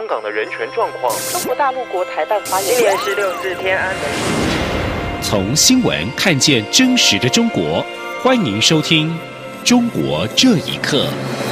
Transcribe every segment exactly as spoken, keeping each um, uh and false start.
香港的人权状况。 中国大陆国台办发言人， 今年十六是天安门。 从新闻看见真实的中国，欢迎收听《中国这一刻》。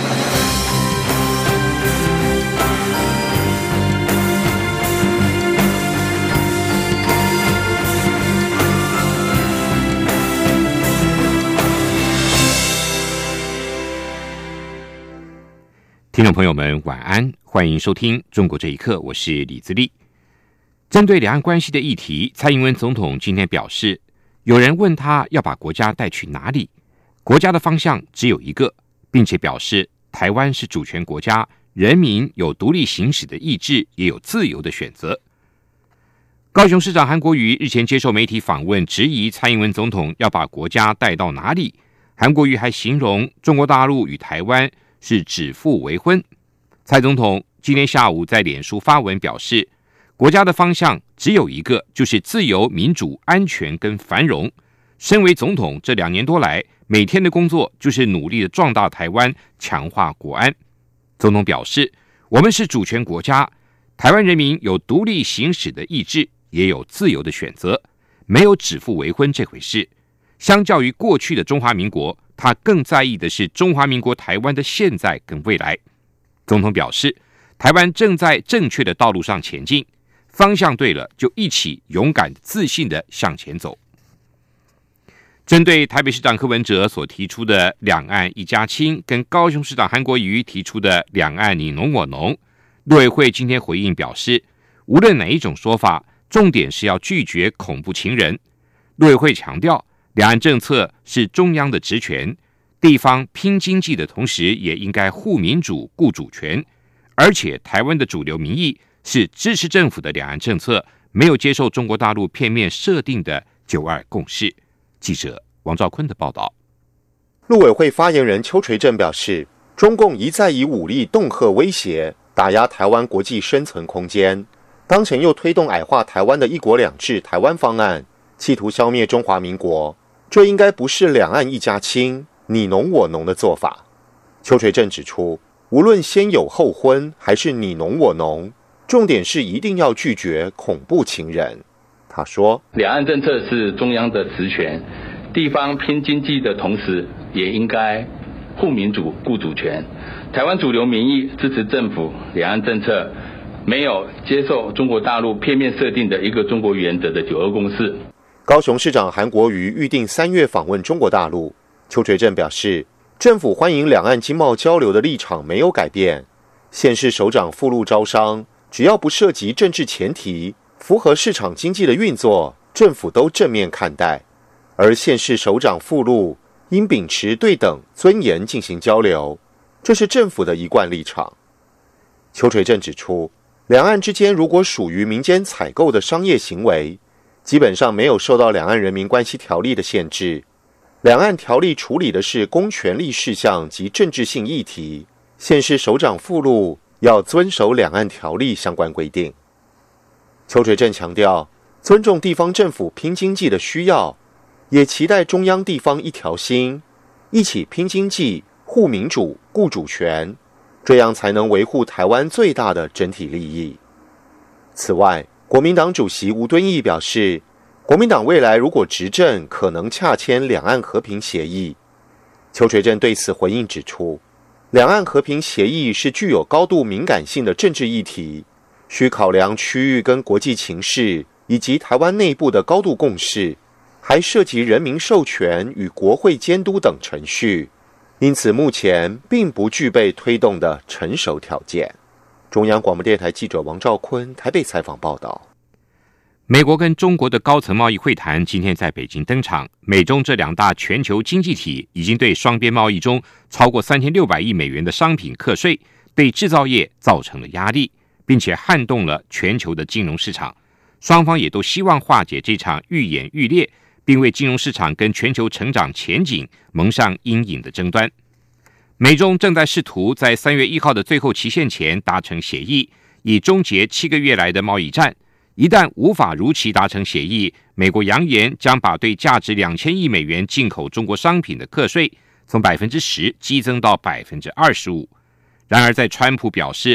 听众朋友们，晚安，欢迎收听《中国这一刻》，我是李自立。针对两岸关系的议题，蔡英文总统今天表示，有人问他要把国家带去哪里，国家的方向只有一个，并且表示台湾是主权国家，人民有独立行使的意志，也有自由的选择。高雄市长韩国瑜日前接受媒体访问，质疑蔡英文总统要把国家带到哪里。韩国瑜还形容中国大陆与台湾是指腹为婚。蔡总统今天下午在脸书发文表示，国家的方向只有一个，就是自由、民主、安全跟繁荣。身为总统这两年多来，每天的工作就是努力的壮大台湾，强化国安。总统表示，我们是主权国家，台湾人民有独立行使的意志，也有自由的选择，没有指腹为婚这回事。相较于过去的中华民国，他更在意的是中华民国台湾的现在跟未来。总统表示，台湾正在正确的道路上前进，方向对了，就一起勇敢自信的向前走。针对台北市长柯文哲所提出的两岸一家亲，跟高雄市长韩国瑜提出的两岸你侬我侬，陆委会今天回应表示，无论哪一种说法，重点是要拒绝恐怖情人。陆委会强调，两岸政策是中央的职权，地方拼经济的同时，也应该护民主、顾主权。而且台湾的主流民意是支持政府的两岸政策，没有接受中国大陆片面设定的九二共识。记者王兆坤的报道。 陆委会发言人邱垂正表示，中共一再以武力恫吓威胁，打压台湾国际生存空间，当前又推动矮化台湾的一国两制台湾方案，企图消灭中华民国，这应该不是两岸一家亲、你侬我侬的做法。邱垂正指出，无论先有后婚还是你侬我侬，重点是一定要拒绝恐怖情人。他说， 两岸政策是中央的职权，地方拼经济的同时，也应该护民主、顾主权。台湾主流民意支持政府两岸政策，没有接受中国大陆片面设定的一个中国原则的九二共识。 高雄市长韩国瑜预定三月访问中国大陆，邱垂正表示，政府欢迎两岸经贸交流的立场没有改变，县市首长赴陆招商，只要不涉及政治前提，符合市场经济的运作，政府都正面看待。而县市首长赴陆应秉持对等尊严进行交流，这是政府的一贯立场。邱垂正指出，两岸之间如果属于民间采购的商业行为，基本上没有受到两岸人民关系条例的限制。两岸条例处理的是公权力事项及政治性议题，县市首长附录要遵守两岸条例相关规定。邱垂正强调，尊重地方政府拼经济的需要，也期待中央地方一条心，一起拼经济、护民主、顾主权，这样才能维护台湾最大的整体利益。此外，国民党主席吴敦义表示，国民党未来如果执政，可能洽签两岸和平协议。邱垂正对此回应指出，两岸和平协议是具有高度敏感性的政治议题，需考量区域跟国际情势，以及台湾内部的高度共识，还涉及人民授权与国会监督等程序，因此目前并不具备推动的成熟条件。中央广播电台记者王兆坤台北采访报道。 美国跟中国的高层贸易会谈今天在北京登场，美中这两大全球经济体已经对双边贸易中超过三千六百亿美元的商品课税，对制造业造成了压力，并且撼动了全球的金融市场。双方也都希望化解这场愈演愈烈，并为金融市场跟全球成长前景蒙上阴影的争端。美中正在试图在三月一号的最后期限前达成协议，以终结七个月来的贸易战。一旦无法如期达成协议，美国扬言将把对价值两千亿美元进口中国商品的课税从百分之十激增到百分之二十五。然而，在川普表示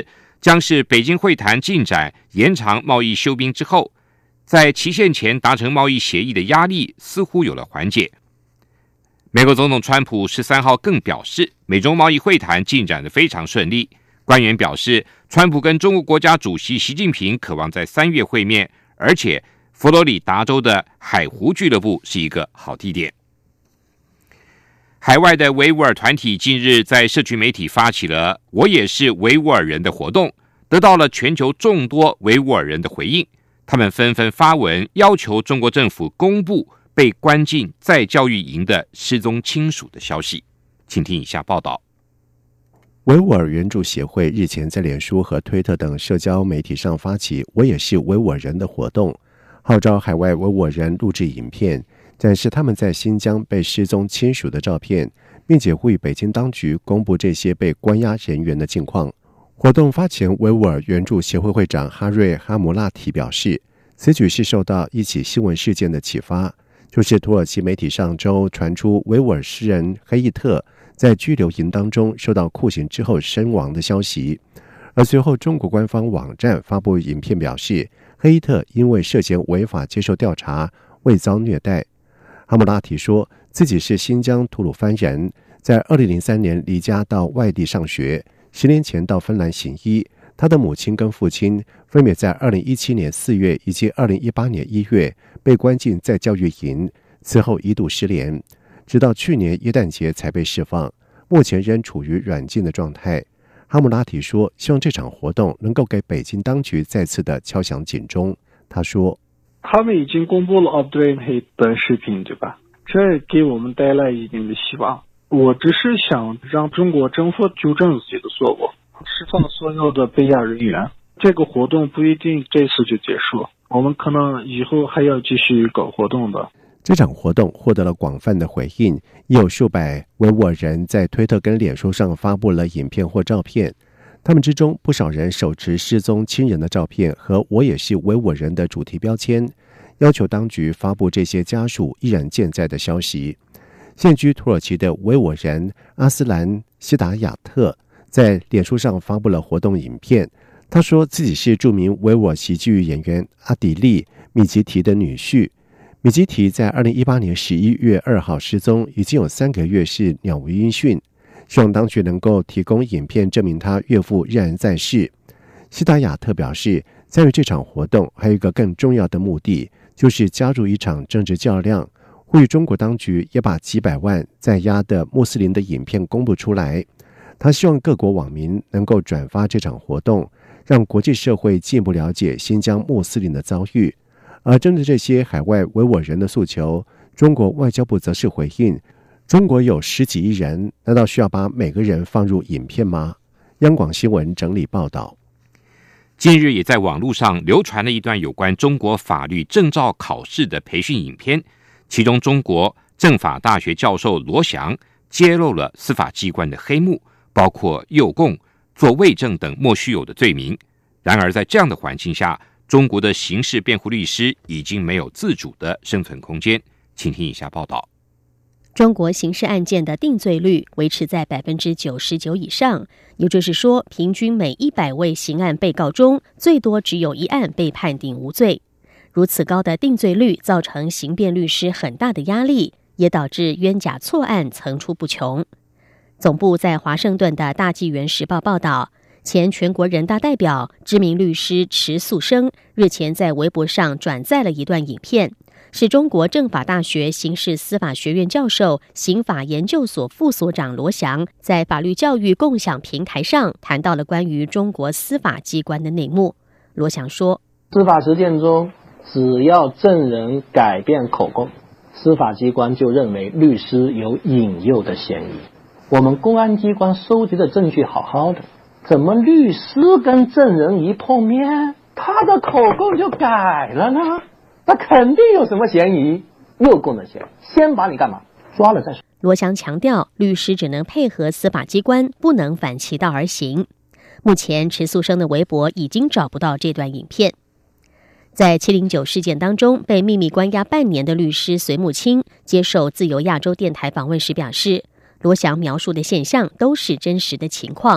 将是北京会谈进展延长贸易休兵之后，在期限前达成贸易协议的压力似乎有了缓解。美国总统川普十三号更表示，美中贸易会谈进展得非常顺利。官员表示，川普跟中国国家主席习近平渴望在三月会面，而且佛罗里达州的海湖俱乐部是一个好地点。海外的维吾尔团体近日在社群媒体发起了“我也是维吾尔人”的活动，得到了全球众多维吾尔人的回应。他们纷纷发文要求中国政府公布被关进再教育营的失踪亲属的消息。请听以下报道。 维吾尔援助协会日前在脸书和推特等社交媒体上发起“我也是维吾尔人”的活动，号召海外维吾尔人录制影片，展示他们在新疆被失踪亲属的照片，并且呼吁北京当局公布这些被关押人员的近况。活动发起人维吾尔援助协会会长哈瑞·哈姆拉提表示，此举是受到一起新闻事件的启发，就是土耳其媒体上周传出维吾尔诗人黑伊特在拘留营当中受到酷刑之后身亡的消息。而随后中国官方网站发布影片表示，黑伊特因为涉嫌违法接受调查未遭虐待。哈姆拉提说自己是新疆吐鲁番人，在二零零三年离家到外地上学，十年前到芬兰行医。他的母亲跟父亲分别在二零一七年四月以及二零一八年一月被关进在教育营，此后一度失联，直到去年耶诞节才被释放，目前仍处于软禁的状态。哈姆拉提说，希望这场活动能够给北京当局再次的敲响警钟。他说， 他们已经公布了 Abdulhamid 的视频，对吧？这给我们带来一定的希望。我只是想让中国政府纠正自己的错误，释放所有的被押人员。这个活动不一定这次就结束，我们可能以后还要继续搞活动的。 这场活动获得了广泛的回应，也有数百维吾尔人在推特跟脸书上发布了影片或照片。他们之中不少人手持失踪亲人的照片和我也是维吾尔人的主题标签，要求当局发布这些家属依然健在的消息。现居土耳其的维吾尔人阿斯兰西达亚特在脸书上发布了活动影片，他说自己是著名维吾尔喜剧演员阿底利米吉提的女婿。米吉提在二零一八年十一月二号失踪，已经有三个月是杳无音讯，希望当局能够提供影片证明他岳父仍然在世。西达亚特表示，参与这场活动还有一个更重要的目的，就是加入一场政治较量，呼吁中国当局也把几百万在押的穆斯林的影片公布出来。他希望各国网民能够转发这场活动，让国际社会进一步了解新疆穆斯林的遭遇。而针对这些海外维吾尔人的诉求，中国外交部则是回应，中国有十几亿人，难道需要把每个人放入影片吗？央广新闻整理报道。 近日也在网络上流传了一段有关中国法律证照考试的培训影片，其中中国政法大学教授罗翔揭露了司法机关的黑幕，包括诱供、作伪证等莫须有的罪名。然而在这样的环境下，中国的刑事辩护律师已经没有自主的生存空间。请听以下报道。 中国刑事案件的定罪率维持在 百分之九十九 以上，也就是说，平均每一百位刑案被告中，最多只有一案被判定无罪。如此高的定罪率造成刑辩律师很大的压力，也导致冤假错案层出不穷。总部在华盛顿的大纪元时报报道，前全国人大代表、知名律师池素生日前在微博上转载了一段影片，是中国政法大学刑事司法学院教授、刑法研究所副所长罗翔在法律教育共享平台上谈到了关于中国司法机关的内幕。罗翔说， 司法实践中，只要证人改变口供，司法机关就认为律师有引诱的嫌疑。我们公安机关收集的证据好好的，怎么律师跟证人一碰面，他的口供就改了呢？那肯定有什么嫌疑，诱供的嫌疑。先把你干嘛？抓了再说。 罗翔强调，律师只能配合司法机关，不能反其道而行。目前池素生的微博已经找不到这段影片。在七零九事件当中被秘密关押半年的律师隋木清接受自由亚洲电台访问时表示，罗翔描述的现象都是真实的情况。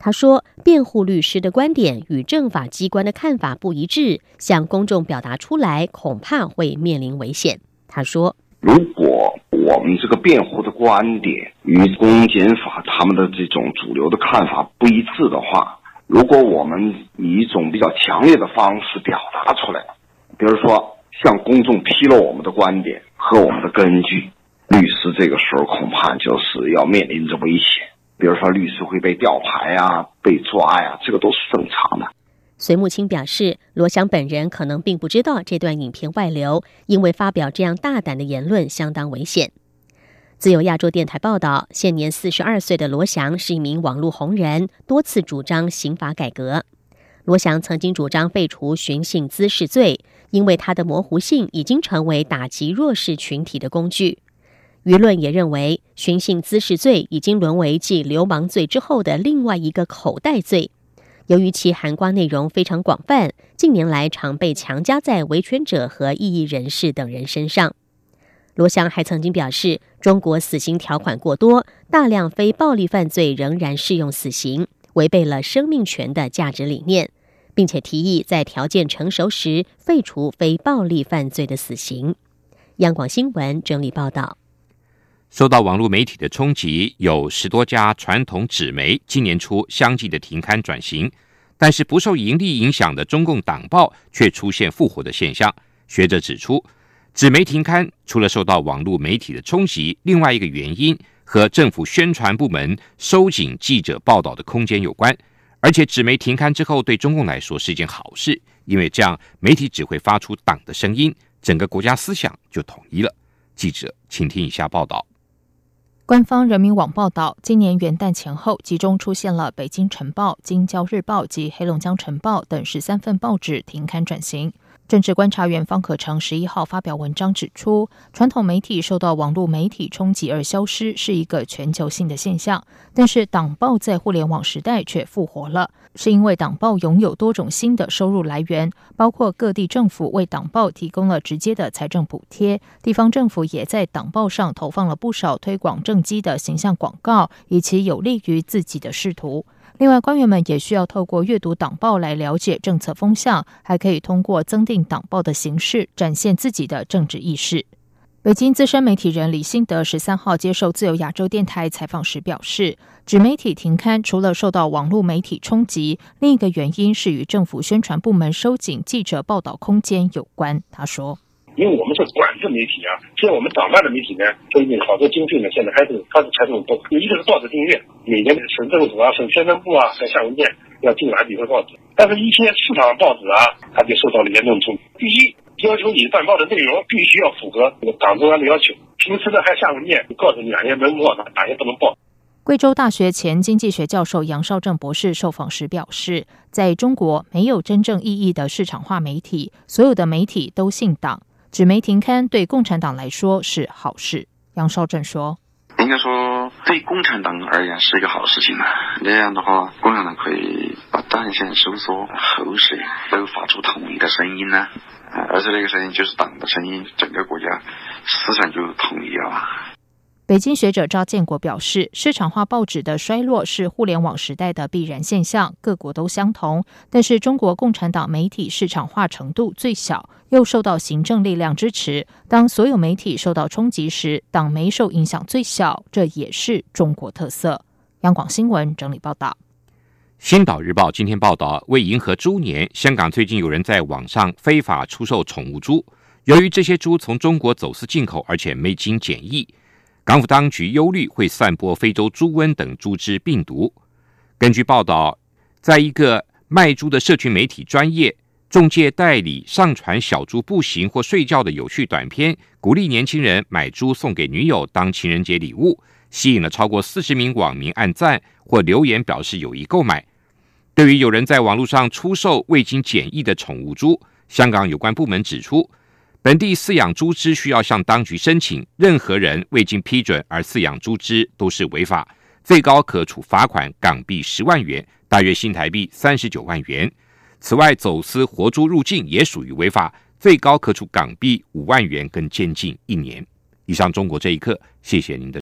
他说，辩护律师的观点与政法机关的看法不一致，向公众表达出来，恐怕会面临危险。他说， 如果我们这个辩护的观点与公检法他们的这种主流的看法不一致的话，如果我们以一种比较强烈的方式表达出来，比如说向公众披露我们的观点和我们的根据，律师这个时候恐怕就是要面临着危险。比如说律师会被吊牌啊，被抓呀、啊，这个都是正常的。 隋木清表示，罗翔本人可能并不知道这段影片外流，因为发表这样大胆的言论相当危险。自由亚洲电台报道，现年四十二岁的罗翔是一名网络红人，多次主张刑法改革。罗翔曾经主张废除寻衅滋事罪，因为它的模糊性已经成为打击弱势群体的工具。舆论也认为，寻衅滋事罪已经沦为继流氓罪之后的另外一个口袋罪。由于其涵盖内容非常广泛，近年来常被强加在维权者和异议人士等人身上。罗翔还曾经表示，中国死刑条款过多，大量非暴力犯罪仍然适用死刑，违背了生命权的价值理念，并且提议在条件成熟时废除非暴力犯罪的死刑。央广新闻整理报道。 受到网络媒体的冲击，有十多家传统纸媒今年初相继的停刊转型，但是不受盈利影响的中共党报却出现复活的现象。学者指出，纸媒停刊除了受到网络媒体的冲击，另外一个原因和政府宣传部门收紧记者报道的空间有关。而且纸媒停刊之后，对中共来说是一件好事，因为这样媒体只会发出党的声音，整个国家思想就统一了。记者请听以下报道。 官方人民网报道，今年元旦前后集中出现了北京晨报、京郊日报及黑龙江晨报等十三份报纸停刊转型。政治观察员方可成十一号发表文章指出，传统媒体受到网络媒体冲击而消失是一个全球性的现象，但是党报在互联网时代却复活了，是因为党报拥有多种新的收入来源，包括各地政府为党报提供了直接的财政补贴，地方政府也在党报上投放了不少推广政绩的形象广告，以其有利于自己的仕途。另外，官员们也需要透过阅读党报来了解政策风向，还可以通过增订党报的形式展现自己的政治意识。北京资深媒体人李新德十三号接受自由亚洲电台采访时表示，纸媒体停刊除了受到网络媒体冲击，另一个原因是与政府宣传部门收紧记者报道空间有关。他说， 因为我们是管制媒体啊，现在我们党办的媒体呢，最近好多经费呢，现在还是它是财政部，有一个是报纸订阅，每年省政府啊、省宣传部啊和下文件要进来几份报纸，但是一些市场报纸啊，它就受到了严重冲击。第一，要求你办报的内容必须要符合这个党中央的要求，平时呢还下文件告诉你哪些能报，哪些不能报。 贵州大学前经济学教授杨绍正博士受访时表示，在中国没有真正意义的市场化媒体，所有的媒体都姓党。纸媒停刊对共产党来说是好事。杨绍正说， 应该说对共产党而言是一个好事情啊，这样的话共产党可以把战线收缩，喉舌都发出统一的声音呢，而且这个声音就是党的声音，整个国家思想就统一了。 北京学者赵建国表示，市场化报纸的衰落是互联网时代的必然现象，各国都相同，但是中国共产党媒体市场化程度最小，又受到行政力量支持，当所有媒体受到冲击时，党媒受影响最小，这也是中国特色。央广新闻整理报道。 星岛日报今天报道，为迎合猪年，香港最近有人在网上非法出售宠物猪，由于这些猪从中国走私进口，而且没经检疫，港府当局忧虑会散播非洲猪瘟等猪只病毒。根据报道，在一个卖猪的社群媒体专页，中介代理上传小猪步行或睡觉的有趣短片，鼓励年轻人买猪送给女友当情人节礼物，吸引了超过四十名网民按赞或留言表示有意购买。对于有人在网络上出售未经检疫的宠物猪，香港有关部门指出，本地饲养猪只需要向当局申请，任何人未经批准而饲养猪只都是违法，最高可处罚款港币十万元，大约新台币三十九万元。此外，走私活猪入境也属于违法，最高可处港币五万元跟监禁一年。以上中国这一刻，谢谢您的